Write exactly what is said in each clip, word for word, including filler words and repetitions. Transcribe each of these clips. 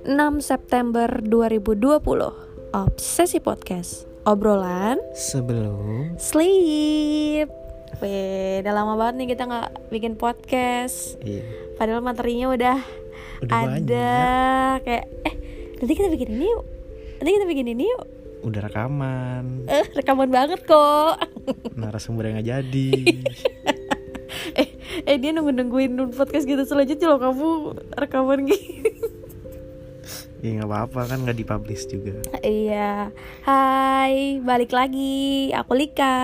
enam September dua ribu dua puluh. Obsesi Podcast. Obrolan sebelum sleep. Weh, udah lama banget nih kita gak bikin podcast. Iya. Padahal materinya udah, Udah ada banyak. Kayak Eh nanti kita bikin ini yuk Nanti kita bikin ini yuk Udah rekaman. Eh rekaman banget kok. Narasumber yang gak jadi. Eh eh dia nunggu-nungguin podcast gitu selanjutnya loh. Kamu rekaman gini. Ya gak apa-apa kan, gak dipublish juga. Iya. Hai, balik lagi. Aku Lika.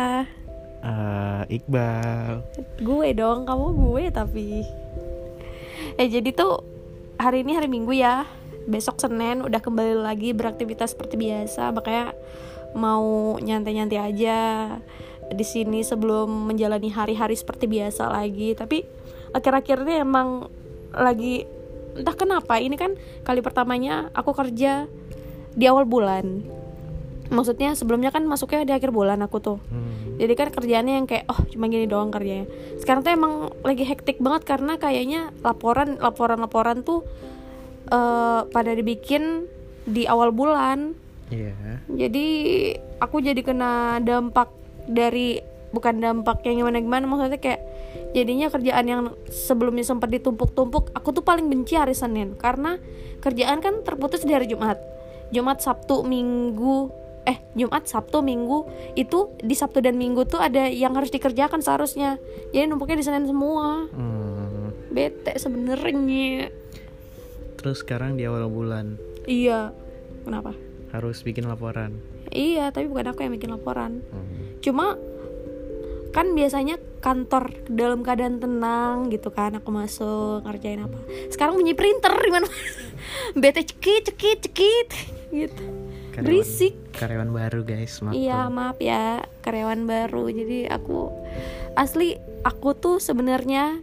uh, Iqbal. Gue dong, kamu gue tapi. Eh jadi tuh hari ini hari Minggu ya. Besok Senin udah kembali lagi beraktivitas seperti biasa. Makanya mau nyantai-nyantai aja di sini sebelum menjalani hari-hari seperti biasa lagi. Tapi akhir-akhir ini emang lagi entah kenapa, ini kan kali pertamanya aku kerja di awal bulan. Maksudnya sebelumnya kan masuknya di akhir bulan aku tuh. hmm. Jadi kan kerjaannya yang kayak oh cuma gini doang kerjanya. Sekarang tuh emang lagi hektik banget karena kayaknya laporan laporan laporan tuh uh, pada dibikin di awal bulan. Iya. yeah. Jadi aku jadi kena dampak dari, bukan dampak yang gimana-gimana, maksudnya kayak jadinya kerjaan yang sebelumnya sempat ditumpuk-tumpuk, aku tuh paling benci hari Senin karena kerjaan kan terputus di hari Jumat. Jumat, Sabtu, Minggu, eh Jumat, Sabtu, Minggu, itu di Sabtu dan Minggu tuh ada yang harus dikerjakan seharusnya. Jadi numpuknya di Senin semua. hmm. Bete sebenarnya. Terus sekarang di awal bulan. Iya. Kenapa? Harus bikin laporan. Iya, tapi bukan aku yang bikin laporan. hmm. Cuma kan biasanya kantor dalam keadaan tenang gitu kan, aku masuk ngerjain apa. Sekarang bunyi printer gimana? Bete cekit cekit cekit gitu. Karyawan, berisik. Karyawan baru guys, maaf. Iya maaf ya, karyawan baru. Jadi aku asli aku tuh sebenarnya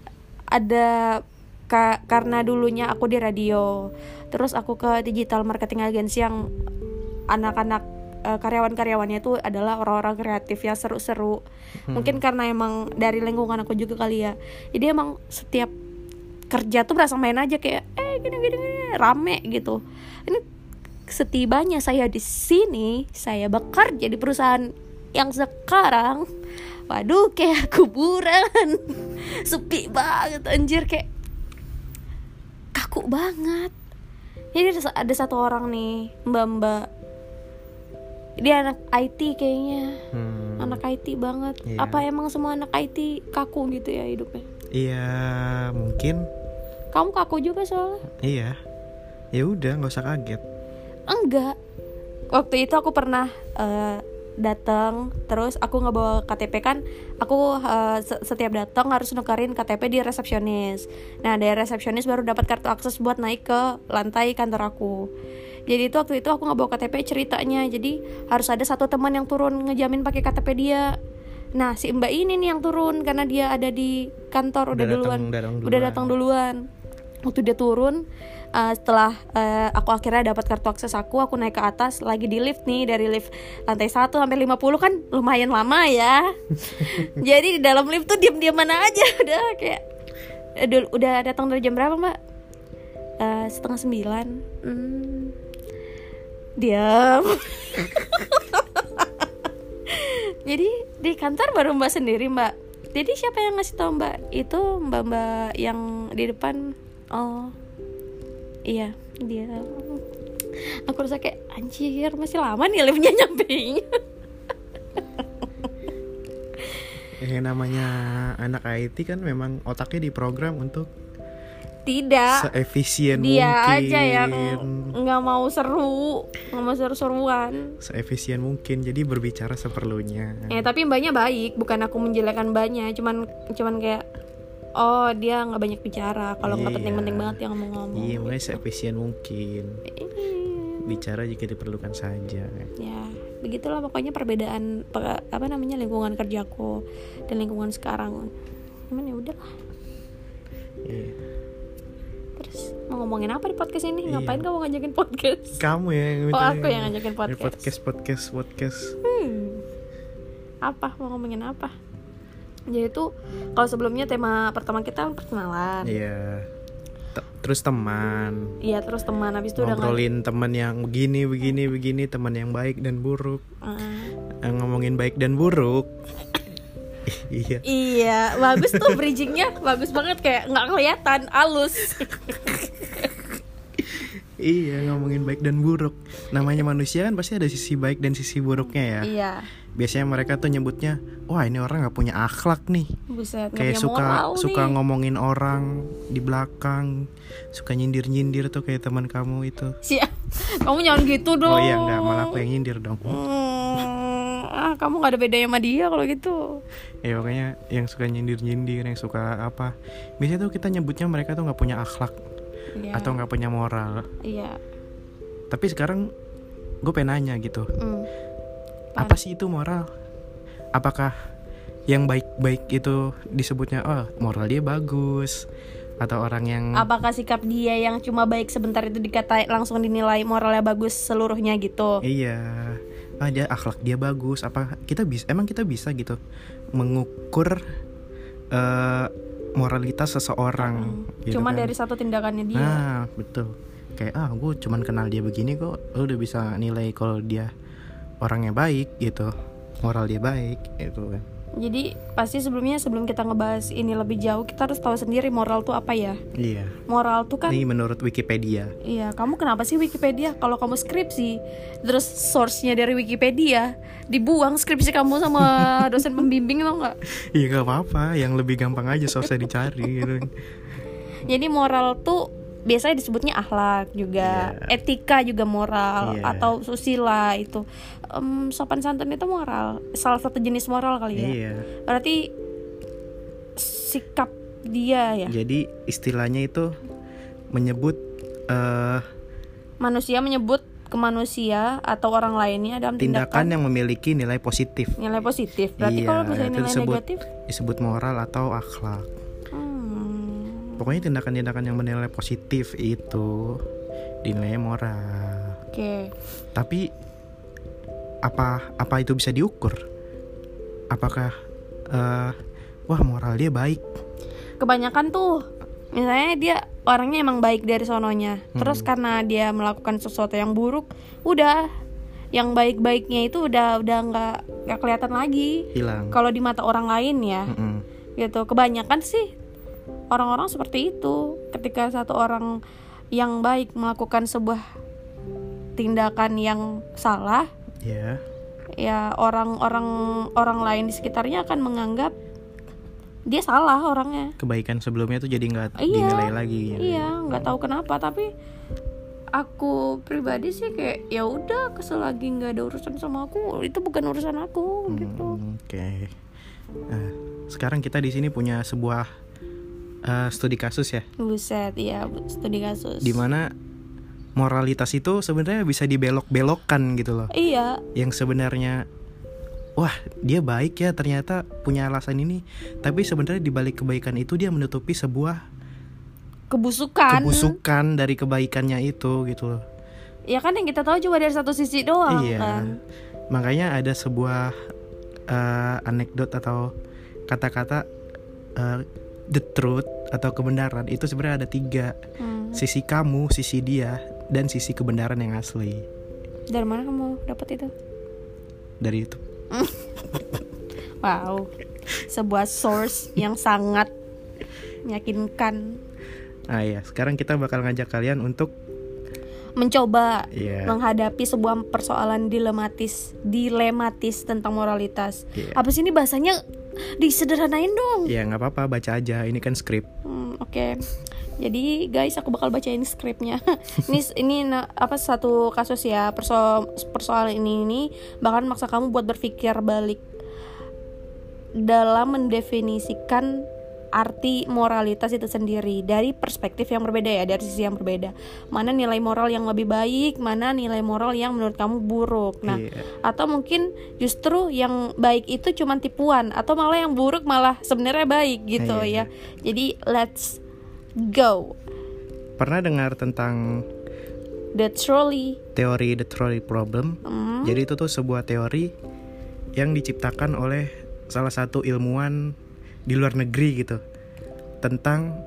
ada ka- karena dulunya aku di radio, terus aku ke digital marketing agency yang anak-anak karyawan-karyawannya itu adalah orang-orang kreatif ya, seru-seru. hmm. Mungkin karena emang dari lingkungan aku juga kali ya. Jadi emang setiap kerja tuh berasa main aja, kayak eh gini-gini rame gitu. Ini setibanya saya di sini, saya bekerja di perusahaan yang sekarang, waduh kayak kuburan. Sepi banget anjir, kayak kaku banget. Jadi ada, ada satu orang nih, mbak-mbak, dia anak I T kayaknya. hmm. Anak I T banget. yeah. Apa emang semua anak I T kaku gitu ya hidupnya? Iya, mungkin. Kamu kaku juga soalnya. Iya. Ya udah, nggak usah kaget. Enggak. Waktu itu aku pernah uh, datang, terus aku nggak bawa K T P kan. Aku uh, setiap datang harus nukerin K T P di resepsionis. Nah dari resepsionis baru dapat kartu akses buat naik ke lantai kantor aku. Jadi itu waktu itu aku nggak bawa K T P ceritanya. Jadi harus ada satu teman yang turun ngejamin pakai K T P dia. Nah si mbak ini nih yang turun karena dia ada di kantor udah, udah duluan, datang, datang duluan. Udah datang duluan. Waktu dia turun, uh, setelah uh, aku akhirnya dapat kartu akses aku, aku naik ke atas lagi di lift nih, dari lift lantai satu sampai lima puluh kan lumayan lama ya. Jadi di dalam lift tuh diam-diaman aja udah kayak udah, udah datang dari jam berapa mbak? Uh, setengah sembilan. Hmm. Diam. Jadi di kantor baru mbak sendiri mbak. Jadi siapa yang ngasih tau mbak? Itu mbak-mbak yang di depan. Oh iya dia. Aku rasa kayak anjir masih lama nih liftnya nyampe. Yang namanya anak I T kan memang otaknya diprogram untuk tidak seefisien dia mungkin. Dia aja yang nggak mau seru, nggak mau seru-seruan. Seefisien mungkin, jadi berbicara seperlunya. Eh tapi mbaknya baik, bukan aku menjelekkan mbaknya, cuman cuman kayak oh dia nggak banyak bicara, kalau nggak iya. penting-penting banget yang ngomong-ngomong. Iya, mulai seefisien mungkin. Bicara jika diperlukan saja. Ya begitulah pokoknya perbedaan apa namanya lingkungan kerjaku dan lingkungan sekarang. Cuman ya udahlah. Iya. Terus mau ngomongin apa di podcast ini? Iya. Ngapain kamu ngajakin podcast? Kamu ya yang Oh aku yang ngajakin podcast. Podcast podcast podcast. Hmm. Apa mau ngomongin apa? Jadi tuh kalau sebelumnya tema pertama kita perkenalan. Iya. Te- terus teman. Iya, terus teman, habis itu udah nggak- Ngobrolin teman yang begini begini begini, teman yang baik dan buruk. Uh. Eh, ngomongin baik dan buruk. Iya. Iya, bagus tuh bridgingnya, bagus banget, kayak nggak kelihatan, halus. Iya, ngomongin baik dan buruk. Namanya manusia kan pasti ada sisi baik dan sisi buruknya ya. Iya. Biasanya mereka tuh nyebutnya, wah ini orang nggak punya akhlak nih. Buset, nggak Kayak punya suka moral suka nih. ngomongin orang di belakang, suka nyindir nyindir tuh kayak teman kamu itu. Si, kamu jangan gitu dong. Oh iya nggak, malah aku yang nyindir dong. Hmm, ah, kamu nggak ada bedanya sama dia kalau gitu. Ya makanya yang suka nyindir nyindir, yang suka apa? Biasanya tuh kita nyebutnya mereka tuh nggak punya akhlak. Iya. Atau nggak punya moral. Iya. Tapi sekarang gue pengen nanya gitu, Hmm. apa sih itu moral? Apakah yang baik-baik itu disebutnya oh moral dia bagus, atau orang yang Apakah sikap dia yang cuma baik sebentar itu dikata langsung dinilai moralnya bagus seluruhnya gitu? iya, ah dia akhlak dia bagus? Apa kita bisa emang kita bisa gitu mengukur uh, moralitas seseorang? Hmm. Gitu Cuma kan? dari satu tindakannya dia. Nah betul. Kayak ah gue cuman kenal dia begini kok, lo udah bisa nilai kalau dia orangnya baik gitu, moral dia baik gitu kan. Jadi pasti sebelumnya sebelum kita ngebahas ini lebih jauh, kita harus tahu sendiri moral tuh apa ya. Iya. Moral tuh kan. Ini menurut Wikipedia. Iya, kamu kenapa sih Wikipedia? Kalau kamu skripsi, terus source-nya dari Wikipedia, dibuang skripsi kamu sama dosen pembimbing tau nggak? Iya gak apa-apa, yang lebih gampang aja soalnya dicari gitu. Jadi moral tuh biasanya disebutnya akhlak juga, Yeah. etika juga moral, Yeah. atau susila itu. Em, sopan santun itu moral, salah satu jenis moral kali ya. Iya. Berarti sikap dia ya. Jadi istilahnya itu menyebut eh Manusia menyebut ke manusia atau orang lainnya dalam tindakan tindakan, yang memiliki nilai positif. nilai positif. Berarti Iya, kalau misalnya itu nilai disebut negatif, disebut moral atau akhlak. hmm, Pokoknya tindakan-tindakan yang bernilai positif itu dinilai moral. oke. Tapi apa apa itu bisa diukur? Apakah eh wah moral dia baik? Kebanyakan tuh misalnya dia orangnya emang baik dari sononya, Hmm. terus karena dia melakukan sesuatu yang buruk, udah yang baik-baiknya itu udah udah nggak nggak kelihatan lagi Hilang. kalau di mata orang lain ya. Mm-mm. Gitu. Kebanyakan sih orang-orang seperti itu. Ketika satu orang yang baik melakukan sebuah tindakan yang salah, Ya. ya orang-orang orang lain di sekitarnya akan menganggap dia salah orangnya. Kebaikan sebelumnya tuh jadi nggak Iya, dinilai lagi. Ya. Iya, nggak tahu kenapa, tapi aku pribadi sih kayak ya udah, selagi nggak ada urusan sama aku, itu bukan urusan aku Hmm, gitu. Oke. Nah, sekarang kita di sini punya sebuah eh, studi kasus ya, Buset, iya, studi kasus. di mana moralitas itu sebenarnya bisa dibelok-belokkan gitu loh. Iya, Yang sebenarnya wah dia baik ya, ternyata punya alasan ini, tapi sebenarnya di balik kebaikan itu dia menutupi sebuah kebusukan. kebusukan dari kebaikannya itu gitu loh. Ya kan yang kita tahu cuma dari satu sisi doang Iya. kan. Makanya ada sebuah eh, anekdot atau kata-kata eh, the truth atau kebenaran itu sebenarnya ada tiga. Hmm. Sisi kamu, sisi dia, dan sisi kebenaran yang asli. Dari mana kamu dapat itu? Dari itu. Wow, sebuah source yang sangat meyakinkan. Nah ya, sekarang kita bakal ngajak kalian untuk Mencoba Iya. menghadapi sebuah persoalan dilematis, dilematis tentang moralitas. Iya. Apa sih ini bahasanya, disederhanain dong. ya nggak apa-apa, baca aja. Ini kan skrip. Hmm, Oke, jadi guys aku bakal bacain skripnya. ini ini na- apa satu kasus ya, perso persoalan ini ini bahkan maksa kamu buat berpikir balik dalam mendefinisikan arti moralitas itu sendiri dari perspektif yang berbeda ya, dari sisi yang berbeda. Mana nilai moral yang lebih baik, mana nilai moral yang menurut kamu buruk. Nah, Iya. atau mungkin justru yang baik itu cuma tipuan, atau malah yang buruk malah sebenarnya baik gitu Iya. ya. Jadi let's go. Pernah dengar tentang The trolley. teori the trolley problem? Hmm. Jadi itu tuh sebuah teori yang diciptakan oleh salah satu ilmuwan di luar negeri gitu, tentang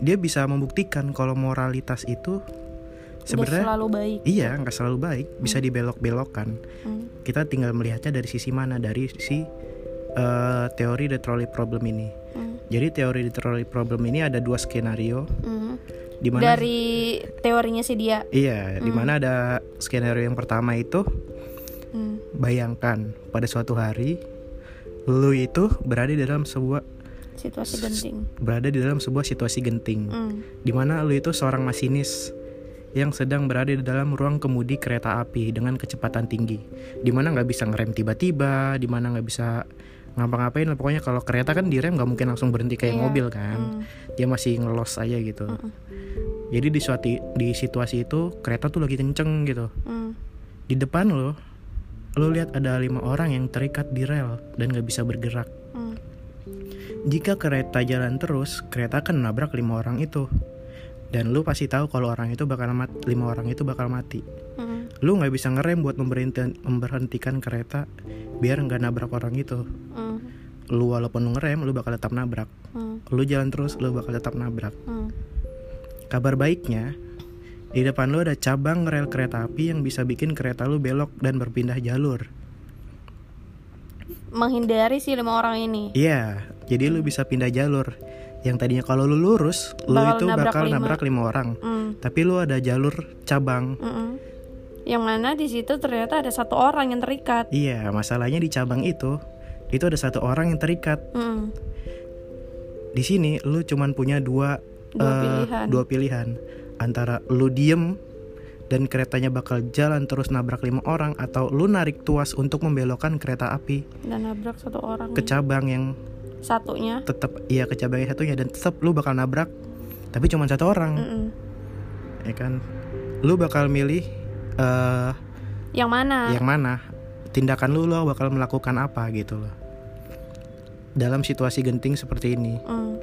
dia bisa membuktikan kalau moralitas itu sebenarnya selalu baik. Iya, nggak selalu baik, bisa dibelok-belokkan. Hmm. Kita tinggal melihatnya dari sisi mana, dari si uh, teori the trolley problem ini. Hmm. Jadi teori the trolley problem ini ada dua skenario. Hmm. Dimana, dari teorinya si dia. Iya, hmm. dimana ada skenario yang pertama itu, hmm. bayangkan pada suatu hari lu itu berada di dalam sebuah situasi genting. Berada di dalam sebuah situasi genting, hmm. dimana lu itu seorang masinis yang sedang berada di dalam ruang kemudi kereta api dengan kecepatan tinggi, dimana nggak bisa ngerem tiba-tiba, dimana nggak bisa ngapa-ngapain. Pokoknya kalau kereta kan direm nggak mungkin langsung berhenti kayak yeah. mobil kan, hmm. dia masih ngelos aja gitu. Hmm. Jadi di suatu di situasi itu kereta tuh lagi kenceng gitu. Hmm. Di depan lo, lo lihat ada lima orang yang terikat di rel dan nggak bisa bergerak. Hmm. Jika kereta jalan terus, kereta akan nabrak lima orang itu. Dan lu pasti tahu kalau orang itu bakal mati, lima orang itu bakal mati. Hmm. Lu nggak bisa ngerem buat memberhenti, memberhentikan kereta biar nggak nabrak orang itu. Hmm. Lu walaupun lu ngerem, lu bakal tetap nabrak. Hmm. Lu jalan terus, lu bakal tetap nabrak. Hmm. Kabar baiknya, di depan lu ada cabang rel kereta api yang bisa bikin kereta lu belok dan berpindah jalur. Menghindari si lima orang ini. Iya, jadi lu bisa pindah jalur. Yang tadinya kalau lu lurus, lu bakal itu nabrak bakal lima. nabrak lima orang. Mm. Tapi lu ada jalur cabang. Mm-mm. Yang mana di situ ternyata ada satu orang yang terikat. Iya, masalahnya di cabang itu, itu ada satu orang yang terikat. Mm. Di sini lu cuman punya dua dua, uh, pilihan. dua pilihan antara lu diem dan keretanya bakal jalan terus nabrak lima orang, atau lu narik tuas untuk membelokkan kereta api dan nabrak satu orang ke cabang yang satunya tetap iya ke cabang yang satunya, dan tetap lu bakal nabrak tapi cuma satu orang. Mm-mm. Ya kan, lu bakal milih uh, yang mana yang mana tindakan lu lo bakal melakukan apa gitu loh dalam situasi genting seperti ini. Mm.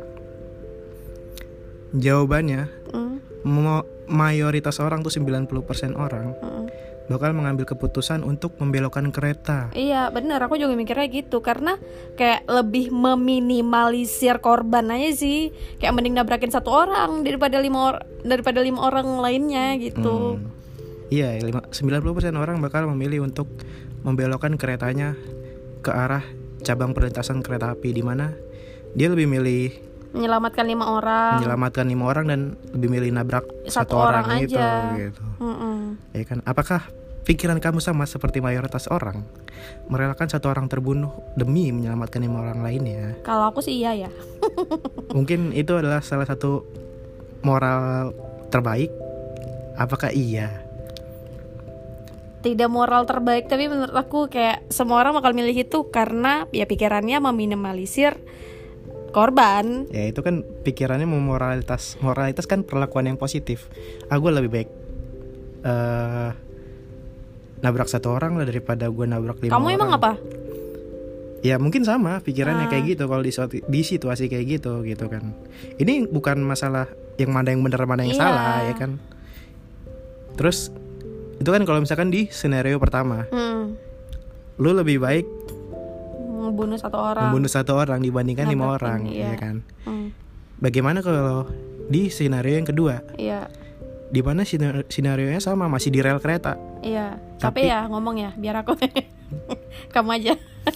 Jawabannya mm. ma- mayoritas orang tuh sembilan puluh persen orang mm. bakal mengambil keputusan untuk membelokkan kereta. Iya benar, aku juga mikirnya gitu, karena kayak lebih meminimalisir korban aja sih. Kayak mending nabrakin satu orang daripada lima or- daripada lima orang lainnya gitu. Hmm. Iya, sembilan puluh persen orang bakal memilih untuk membelokkan keretanya ke arah cabang perlintasan kereta api, di mana dia lebih milih menyelamatkan lima orang, menyelamatkan lima orang dan lebih milih nabrak satu, satu orang, orang itu, aja. Gitu. Ya kan? Apakah pikiran kamu sama seperti mayoritas orang, merelakan satu orang terbunuh demi menyelamatkan lima orang lainnya? Kalau aku sih iya ya. Mungkin itu adalah salah satu moral terbaik. Apakah iya? Tidak moral terbaik, tapi menurut aku kayak semua orang bakal milih itu karena ya pikirannya meminimalisir korban. Ya itu kan pikirannya mau moralitas. Moralitas kan perlakuan yang positif. Aku lebih baik uh, nabrak satu orang lah daripada gue nabrak lima orang. Kamu emang apa? Ya mungkin sama pikirannya ah. kayak gitu kalau di, di situasi kayak gitu gitu kan. Ini bukan masalah yang mana yang benar mana yang iya. salah ya kan. Terus itu kan kalau misalkan di skenario pertama, hmm. lu lebih baik membunuh satu orang, membunuh satu orang dibandingkan lima orang, iya. ya kan? Hmm. Bagaimana kalau di skenario yang kedua? Iya. Di mana skenario-nya sama, masih di rel kereta? Iya. Tapi ya ngomong ya, biar aku kamu aja.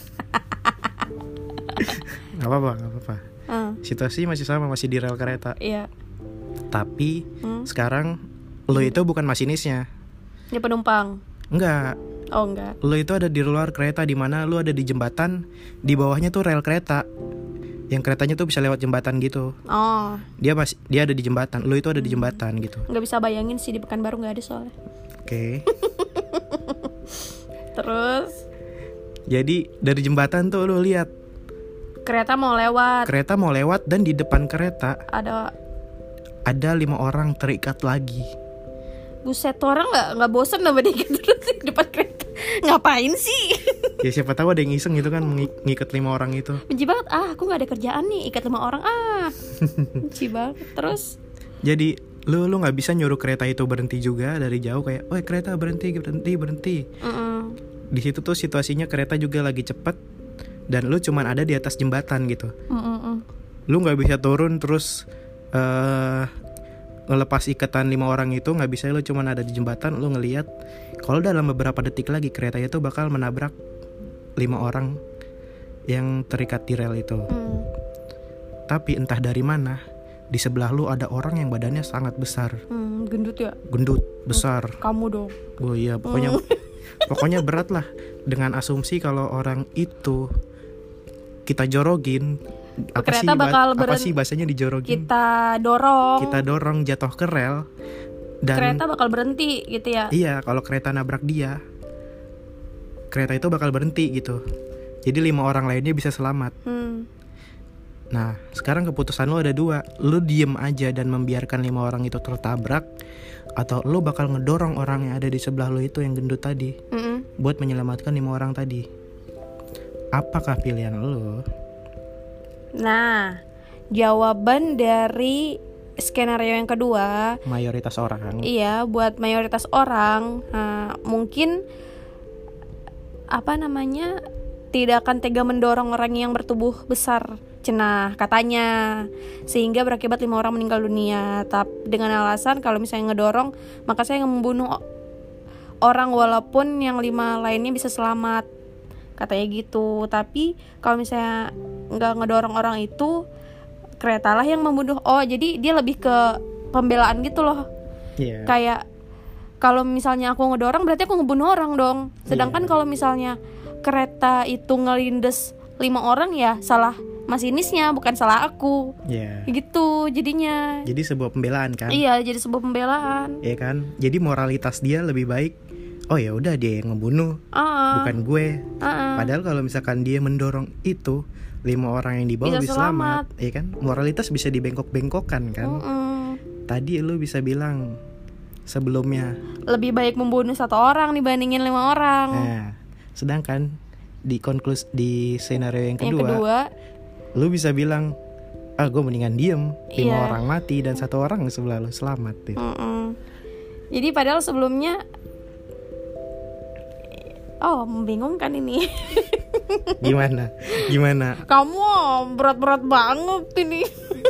Gak apa-apa, gak apa-apa. Hmm. Situasi masih sama, masih di rel kereta. Iya. Tapi hmm. sekarang lo itu bukan masinisnya. Dia penumpang. Enggak. Oh enggak. Lo itu ada di luar kereta, di mana lo ada di jembatan, di bawahnya tuh rel kereta. Yang keretanya tuh bisa lewat jembatan gitu. Oh. Dia masih dia ada di jembatan, lo itu ada di jembatan gitu. Enggak bisa bayangin sih, di Pekanbaru enggak ada soalnya. Oke. Okay. Terus jadi dari jembatan tuh lo lihat kereta mau lewat. Kereta mau lewat dan di depan kereta ada ada lima orang terikat lagi. Buset, tuh orang gak, gak bosen sama dia terus di depan kereta. Ngapain sih? Ya siapa tahu ada yang iseng gitu kan, ng- ngikat lima orang itu. Benci banget, ah aku gak ada kerjaan nih, ikat lima orang, ah benci banget. Terus jadi lu lu gak bisa nyuruh kereta itu berhenti juga dari jauh, kayak woi kereta berhenti, berhenti, berhenti. Mm-mm. Di situ tuh situasinya kereta juga lagi cepet dan lu cuman ada di atas jembatan gitu. Mm-mm. Lu gak bisa turun terus uh, ngelepas ikatan lima orang itu nggak bisa lo cuman ada di jembatan lo ngelihat kalau dalam beberapa detik lagi kereta itu bakal menabrak lima orang yang terikat di rel itu. Hmm. Tapi entah dari mana di sebelah lo ada orang yang badannya sangat besar. Hmm, gendut ya? Gendut, besar. Kamu dong. Oh iya, pokoknya hmm. pokoknya berat lah. Dengan asumsi kalau orang itu kita jorogin, apa kereta sih bakal apa beren- sih bahasanya dijorogin? Kita dorong. Kita dorong jatuh ke rel dan kereta bakal berhenti gitu ya. Iya, kalau kereta nabrak dia, kereta itu bakal berhenti gitu. Jadi lima orang lainnya bisa selamat. Hmm. Nah, sekarang keputusan lo ada dua. Lo diem aja dan membiarkan lima orang itu tertabrak, atau lo bakal ngedorong orang yang ada di sebelah lo itu yang gendut tadi, Mm-mm. buat menyelamatkan lima orang tadi. Apakah pilihan lo? Nah, jawaban dari skenario yang kedua, Mayoritas orang. iya, buat mayoritas orang, nah, mungkin apa namanya tidak akan tega mendorong orang yang bertubuh besar, cenah katanya, sehingga berakibat lima orang meninggal dunia. Tapi dengan alasan kalau misalnya ngedorong, maka saya membunuh orang walaupun yang lima lainnya bisa selamat, katanya gitu. Tapi kalau misalnya nggak ngedorong orang itu, keretalah yang membunuh. Oh, jadi dia lebih ke pembelaan gitu loh. Yeah. Kayak kalau misalnya aku ngedorong berarti aku ngebunuh orang dong. Sedangkan Yeah. kalau misalnya kereta itu ngelindes lima orang, ya salah masinisnya, bukan salah aku. Yeah. Gitu jadinya. Jadi sebuah pembelaan kan? Iya, jadi sebuah pembelaan. Iya kan? Jadi moralitas dia lebih baik. Oh ya udah, dia yang ngebunuh, Uh-uh. bukan gue. Uh-uh. Padahal kalau misalkan dia mendorong itu, lima orang yang di bawah Bisa bisa selamat, ya kan? Moralitas bisa dibengkok-bengkokkan kan? Mm-mm. Tadi lu bisa bilang sebelumnya. Lebih baik membunuh satu orang dibandingin lima orang. Nah, sedangkan di konklus di scenario yang kedua, Yang kedua, lu bisa bilang, ah gue mendingan diem, lima Iya. orang mati dan satu orang sebelah lu selamat deh. mm-mm. Jadi padahal sebelumnya, oh membingungkan ini. Gimana? Gimana? Kamu berat-berat banget ini.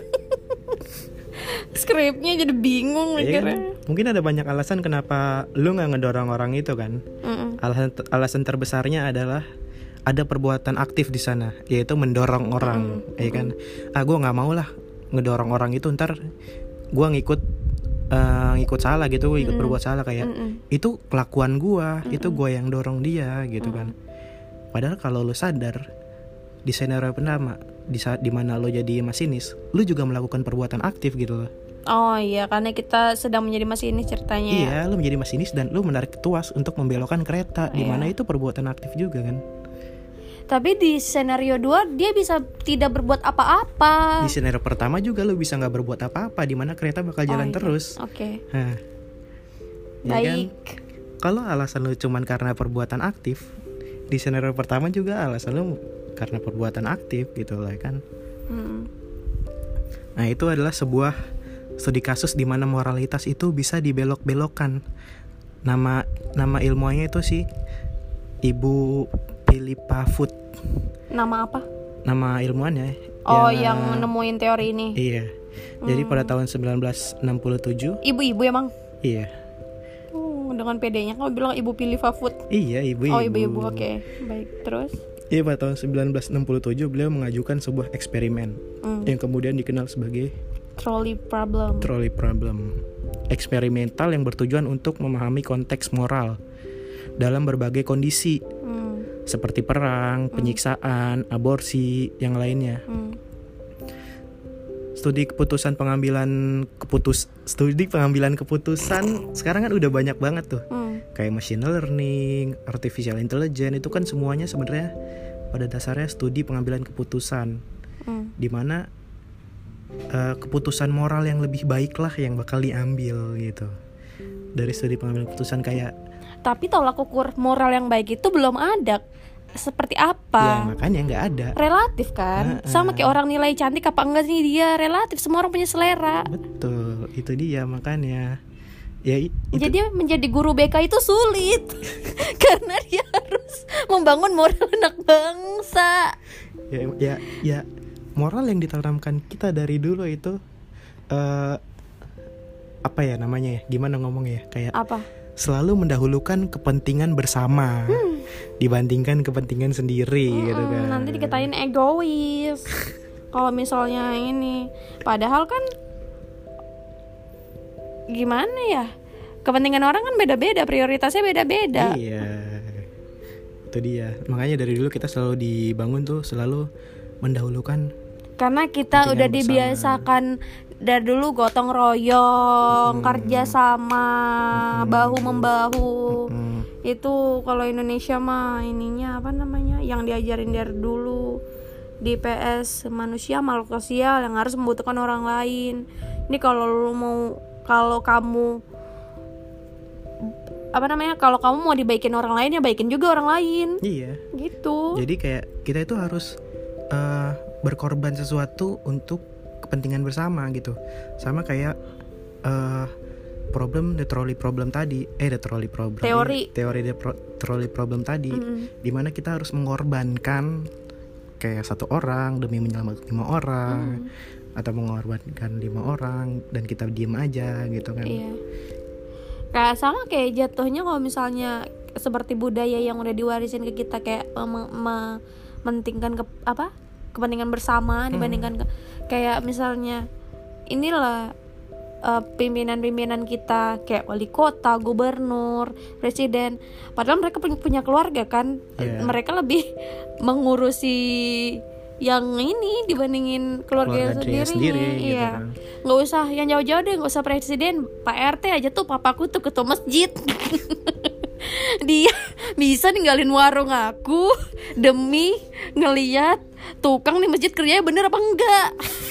Skripnya jadi bingung Iya kan? mikirnya. Mungkin ada banyak alasan kenapa lu nggak ngedorong orang itu kan. Mm-mm. Alasan alasan terbesarnya adalah ada perbuatan aktif di sana, yaitu mendorong orang, ya kan? Ah, gue nggak mau lah ngedorong orang itu, ntar gue ngikut uh, ngikut salah gitu, gue ikut Mm-mm. berbuat salah kayak Mm-mm. itu kelakuan gue, itu gue yang dorong dia gitu kan. Padahal kalau lu sadar di scenario pertama, di saat dimana lo jadi masinis, lu juga melakukan perbuatan aktif gitu loh. Oh iya, karena kita sedang menjadi masinis ceritanya. Iya, lu menjadi masinis dan lu menarik tuas untuk membelokkan kereta, di mana Iya. itu perbuatan aktif juga kan. Tapi di skenario dua dia bisa tidak berbuat apa-apa. Di scenario pertama juga lu bisa nggak berbuat apa-apa, di mana kereta bakal jalan Oh, iya. terus. Oke. Nah, ya kan? Baik. Kalau alasan lu cuman karena perbuatan aktif, di scenario pertama juga alasan lu karena perbuatan aktif gitu lah kan. Hmm. Nah, itu adalah sebuah studi kasus di mana moralitas itu bisa dibelok-belokkan. Nama nama ilmuannya itu sih Ibu Philippa Foot. Nama apa? Nama ilmuannya. Oh, yang nemuin teori ini. Iya. Jadi pada tahun sembilan belas enam puluh tujuh. Ibu-ibu emang. Iya. Oh, dengan pedenya kamu bilang Ibu Philippa Foot. Iya, ibu-ibu. Oh, ibu-ibu. Oke. Baik, terus. Iya, pada tahun sembilan belas enam puluh tujuh beliau mengajukan sebuah eksperimen Hmm. yang kemudian dikenal sebagai Trolley problem. trolley problem. Eksperimental yang bertujuan untuk memahami konteks moral dalam berbagai kondisi Hmm. seperti perang, penyiksaan, aborsi, yang lainnya. Hmm. Studi keputusan pengambilan keputus studi pengambilan keputusan sekarang kan udah banyak banget tuh. Hmm. Kayak machine learning, artificial intelligence, itu kan semuanya sebenarnya pada dasarnya studi pengambilan keputusan. Hmm. Dimana uh, keputusan moral yang lebih baik lah yang bakal diambil gitu dari studi pengambilan keputusan. Kayak Tapi tolak ukur moral yang baik itu belum ada. Seperti ya apa? makanya nggak ada. Relatif kan. Nah, Sama kayak orang nilai cantik apa enggak sih, dia relatif. Semua orang punya selera. Betul, itu dia makanya. Ya i- itu Jadi menjadi guru B K itu sulit. Karena dia harus membangun moral anak bangsa. ya, ya ya moral yang ditanamkan kita dari dulu itu uh, apa ya namanya ya? Gimana ngomongnya ya? Kayak Apa? selalu mendahulukan kepentingan bersama hmm. dibandingkan kepentingan sendiri hmm, gitu kan. Nanti dikatain egois. Kalau misalnya ini, padahal kan gimana ya? Kepentingan orang kan beda-beda, prioritasnya beda-beda. Iya. Itu dia. Makanya dari dulu kita selalu dibangun tuh selalu mendahulukan. Karena kita udah bersama. Dibiasakan dari dulu gotong royong, hmm. kerja sama, hmm. bahu membahu. Hmm. Itu kalau Indonesia mah ininya apa namanya? Yang diajarin dari dulu di P S, manusia makhluk sosial yang harus membutuhkan orang lain. Ini kalau lu mau, kalau kamu apa namanya, kalau kamu mau dibaikin orang lain ya baikin juga orang lain. Iya. Gitu. Jadi kayak kita itu harus uh, berkorban sesuatu untuk kepentingan bersama gitu. Sama kayak uh, problem the trolley problem tadi, eh the trolley problem. Teori. Teori the pro- trolley problem tadi, mm-hmm. dimana kita harus mengorbankan kayak satu orang demi menyelamatkan lima orang, mm. atau mengorbankan lima orang dan kita diem aja gitu kan. Iya. Kayak sama kayak jatuhnya kalau misalnya seperti budaya yang udah diwarisin ke kita kayak mementingkan ke, apa kepentingan bersama dibandingkan ke, kayak misalnya inilah uh, pimpinan-pimpinan kita kayak wali kota, gubernur, presiden, padahal mereka punya, punya keluarga kan, yeah. Mereka lebih mengurusi yang ini dibandingin keluarga, keluarga sendiri, iya. Gitu kan. Nggak usah yang jauh-jauh deh, nggak usah presiden, Pak R T aja tuh papaku tuh ketua masjid. Dia bisa ninggalin warung aku demi ngeliat tukang di masjid kerjanya bener apa enggak.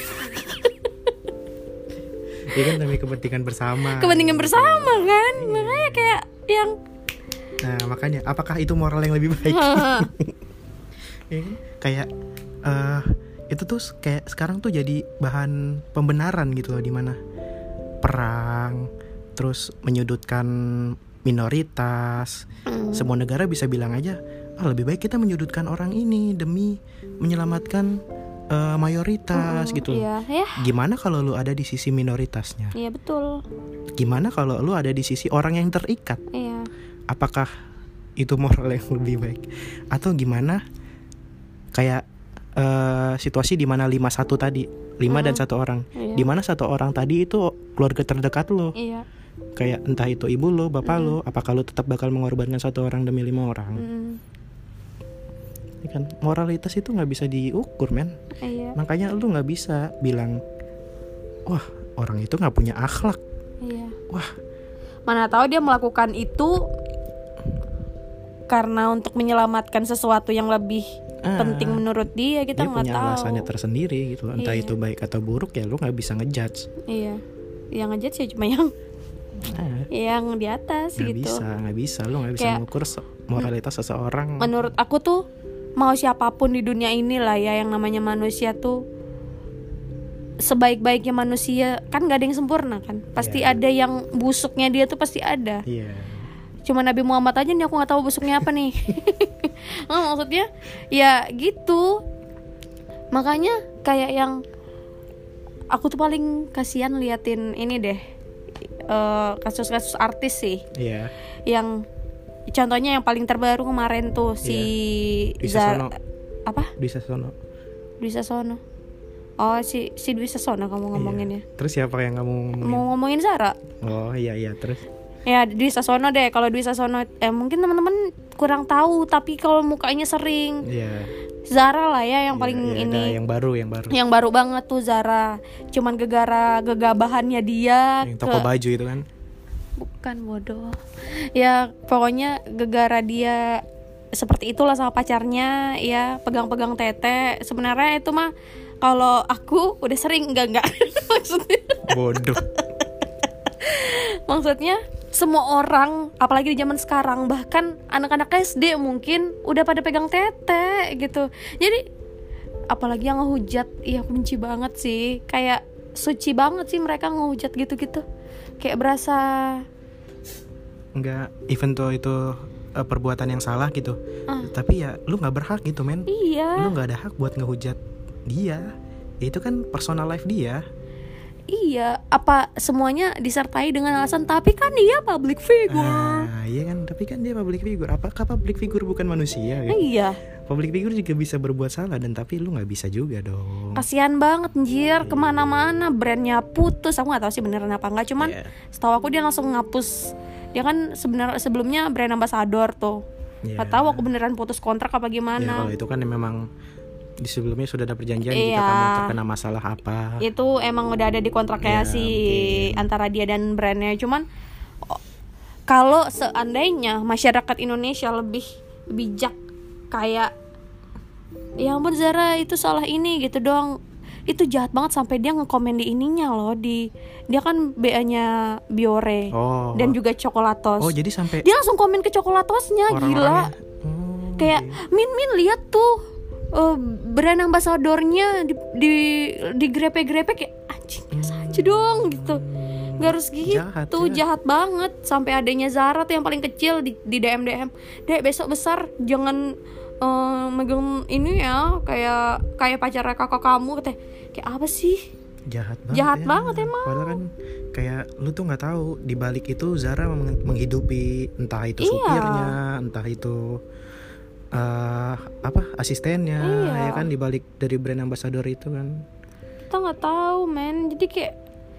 Iya kan demi kepentingan bersama. Kepentingan bersama kan, iya. Makanya kayak yang. Nah makanya, apakah itu moral yang lebih baik? Ya, kayak uh, itu tuh kayak sekarang tuh jadi bahan pembenaran gitu loh, dimana perang, terus menyudutkan minoritas. Mm. Semua negara bisa bilang aja, ah, lebih baik kita menyudutkan orang ini demi menyelamatkan uh, mayoritas mm, gitu. Iya, ya. Gimana kalau lu ada di sisi minoritasnya? Iya betul. Gimana kalau lu ada di sisi orang yang terikat? Iya. Apakah itu moral yang lebih baik? Atau gimana kayak uh, situasi di mana lima satu tadi, lima mm. dan satu orang. Iya. Di mana satu orang tadi itu keluarga terdekat lo. Iya. Kayak entah itu ibu lo, bapak mm. lo, apakah lo tetap bakal mengorbankan satu orang demi lima orang? Mm. Kan moralitas itu nggak bisa diukur, men. Iya. Makanya lo nggak bisa bilang, wah orang itu nggak punya akhlak. Iya. Wah, mana tahu dia melakukan itu karena untuk menyelamatkan sesuatu yang lebih ah, penting menurut dia, kita nggak tahu. Dia punya alasannya tersendiri gitu, entah iya. itu baik atau buruk ya lo nggak bisa ngejudge. Iya, yang ngejudge ya cuma yang ah, yang di atas gak gitu. Nggak bisa, nggak bisa, lo nggak bisa kayak, mengukur moralitas seseorang. Menurut aku tuh mau siapapun di dunia ini lah ya, yang namanya manusia tuh sebaik-baiknya manusia kan nggak ada yang sempurna kan, pasti yeah. ada yang busuknya dia tuh pasti ada. Iya. Yeah. Cuma Nabi Muhammad aja nih aku nggak tahu busuknya apa nih. Nah, maksudnya ya gitu. Makanya kayak yang aku tuh paling kasihan liatin ini deh, uh, kasus-kasus artis sih. Iya. Yang contohnya yang paling terbaru kemarin tuh si Zara apa? Dwi Sasono. Dwi Sasono. Oh si si Dwi Sasono kamu ngomonginnya. Iya. Terus siapa yang kamu ngomongin? Mau ngomongin Zara. Oh iya iya terus. Ya Dwi Sasono deh, kalau Dwi Sasono eh, mungkin teman-teman kurang tahu, tapi kalau mukanya sering. Iya. Yeah. Zara lah ya yang yeah, paling yeah, ini. Yang baru, yang baru. Yang baru banget tuh Zara. Cuman gegara gegabahannya dia. Yang toko ke... baju itu kan? Bukan, bodoh. Ya pokoknya gegara dia seperti itulah sama pacarnya, ya pegang-pegang tete. Sebenarnya itu mah kalau aku udah sering enggak enggak. Maksudnya. Bodoh. Maksudnya semua orang, apalagi di zaman sekarang, bahkan anak-anak S D mungkin udah pada pegang tete gitu. Jadi apalagi yang ngehujat, iya aku benci banget sih. Kayak suci banget sih mereka ngehujat gitu-gitu. Kayak berasa enggak, even tuh itu uh, perbuatan yang salah gitu. Uh. Tapi ya lu enggak berhak gitu, men. Iya. Lu enggak ada hak buat ngehujat dia. Ya, itu kan personal life dia. Iya, apa semuanya disertai dengan alasan tapi kan dia public figure. Ah, iya kan, tapi kan dia public figure. Apakah public figure bukan manusia? Kan? Iya. Public figure juga bisa berbuat salah dan tapi lu nggak bisa juga dong. Kasian banget anjir, kemana-mana brandnya putus. Aku nggak tahu sih beneran apa enggak, cuman yeah. Setahu aku dia langsung ngapus. Dia kan sebenarnya sebelumnya brand ambassador tuh. Yeah. Gak tahu aku beneran putus kontrak apa gimana. Ya, kalau itu kan memang di sebelumnya sudah ada perjanjian iya. Jika kamu terkena masalah apa. Itu emang udah ada di kontraknya ya, si mungkin. Antara dia dan brandnya. Cuman kalau seandainya masyarakat Indonesia lebih bijak kayak ya ampun Zara itu salah ini gitu doang. Itu jahat banget sampai dia ngekomen di ininya loh di dia kan B A-nya Biore oh. dan juga Coklatos. Oh, jadi sampai dia langsung komen ke Coklatosnya gila. Oh, kayak okay. Min Min lihat tuh uh, brand ambasadornya di di digrepe-grepe kayak anjing biasa aja dong gitu. Gak harus gitu, jahat, jahat. jahat banget. Sampai adanya Zara tuh yang paling kecil di, di D M D M. Dek besok besar jangan uh, megang ini ya kayak kayak pacarnya kakak kamu katanya. Kayak apa sih? Jahat banget. Jahat ya. banget emang. Padahal kan kayak lu tuh nggak tahu di balik itu Zara menghidupi entah itu supirnya, iya. entah itu uh, apa asistennya, iya. ya kan di balik dari brand ambassador itu kan. Kita nggak tahu men. Jadi kayak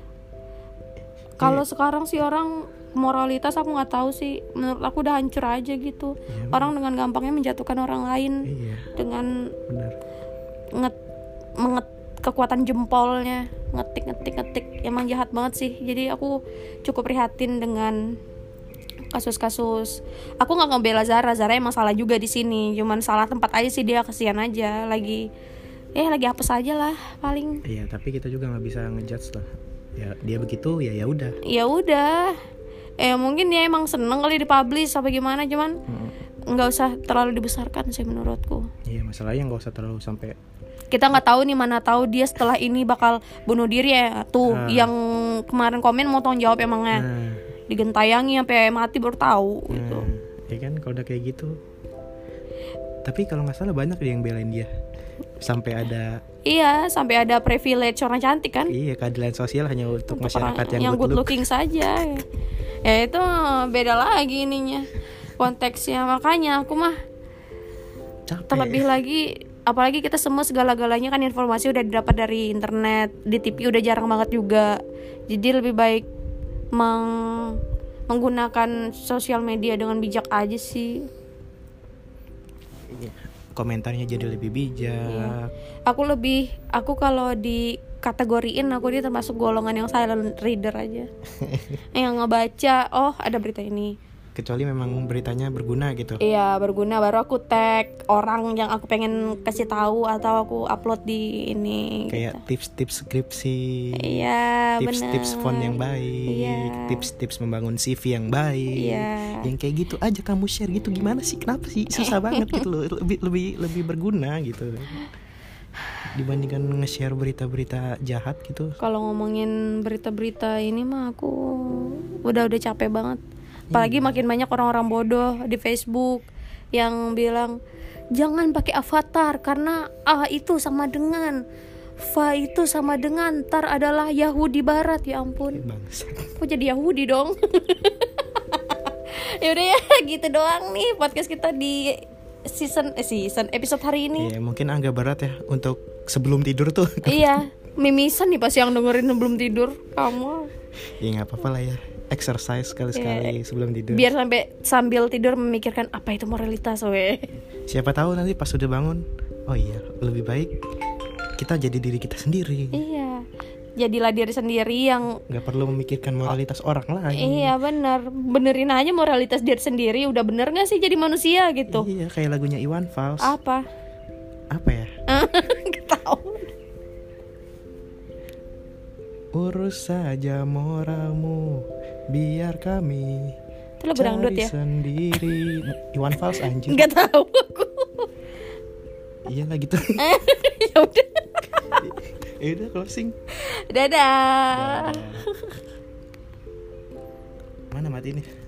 kalau sekarang sih orang moralitas aku nggak tahu sih, menurut aku udah hancur aja gitu. Ya, orang dengan gampangnya menjatuhkan orang lain iya, dengan benar. nget menget kekuatan jempolnya, ngetik ngetik ngetik emang jahat banget sih. Jadi aku cukup prihatin dengan kasus-kasus. Aku nggak ngebela Zara, Zara emang salah juga di sini, cuman salah tempat aja sih dia, kasihan aja lagi eh lagi hapus aja lah paling. Iya, tapi kita juga nggak bisa ngejudge lah. Ya dia begitu ya ya udah. Ya udah. Eh mungkin dia emang seneng kali dipublish apa gimana, cuman nggak hmm. usah terlalu dibesarkan sih menurutku. Iya, masalahnya nggak usah terlalu sampai. Kita nggak tahu nih, mana tahu dia setelah ini bakal bunuh diri ya tuh. Nah. Yang kemarin komen mau tanggung jawab emangnya. Nah. Digentayangi sampai mati baru tahu nah. gitu. Ya kan kalau udah kayak gitu. Tapi kalau nggak salah banyak yang belain dia. Sampai ada iya, sampai ada privilege orang cantik kan? Iya, keadilan sosial hanya untuk, untuk masyarakat yang, yang good, good looking saja. Ya itu beda lagi ininya konteksnya. Makanya aku mah capek. Terlebih lagi apalagi kita semua segala-galanya kan informasi udah didapat dari internet, di T V udah jarang banget juga. Jadi lebih baik meng- menggunakan sosial media dengan bijak aja sih. Komentarnya jadi lebih bijak. Iya. Aku lebih, aku kalau dikategoriin aku dia termasuk golongan yang silent reader aja. Yang ngebaca, oh ada berita ini. Kecuali memang beritanya berguna gitu. Iya berguna, baru aku tag orang yang aku pengen kasih tahu atau aku upload di ini. Kayak gitu. Tips-tips skripsi. Iya benar. Tips-tips font yang baik. Iya. Tips-tips membangun C V yang baik. Iya. Yang kayak gitu aja kamu share gitu, gimana sih? Kenapa sih susah banget gitu loh. Lebih lebih lebih berguna gitu. Dibandingkan nge-share berita-berita jahat gitu. Kalau ngomongin berita-berita ini mah aku udah udah capek banget. Apalagi makin banyak orang-orang bodoh di Facebook yang bilang jangan pakai avatar karena A itu sama dengan Fa itu sama dengan Tar adalah Yahudi Barat. Ya ampun, kok jadi Yahudi dong. Ya udah ya gitu doang nih podcast kita di season eh season episode hari ini. Iya, mungkin agak berat ya untuk sebelum tidur tuh. Iya, mimisan nih pas yang dengerin sebelum tidur kamu. Ya nggak apa-apa lah ya. Exercise sekali-sekali yeah. sebelum tidur. Biar sampai sambil tidur memikirkan apa itu moralitas, we. Siapa tahu nanti pas sudah bangun, oh iya, lebih baik kita jadi diri kita sendiri. Iya. Jadilah diri sendiri yang nggak perlu memikirkan moralitas oh. orang lain. Iya, benar. Benerin aja moralitas diri sendiri, udah bener nggak sih jadi manusia gitu. Iya, kayak lagunya Iwan Fals. Apa? Apa ya? Nggak tahu. Urus saja moralmu, biar kami itu lagu dangdut ya? Sendiri. Iwan Fals anjir. Nggak tahu aku. Iya lah gitu. Ya udah. Ya udah closing. Dadah. Dadah. Mana mati ini?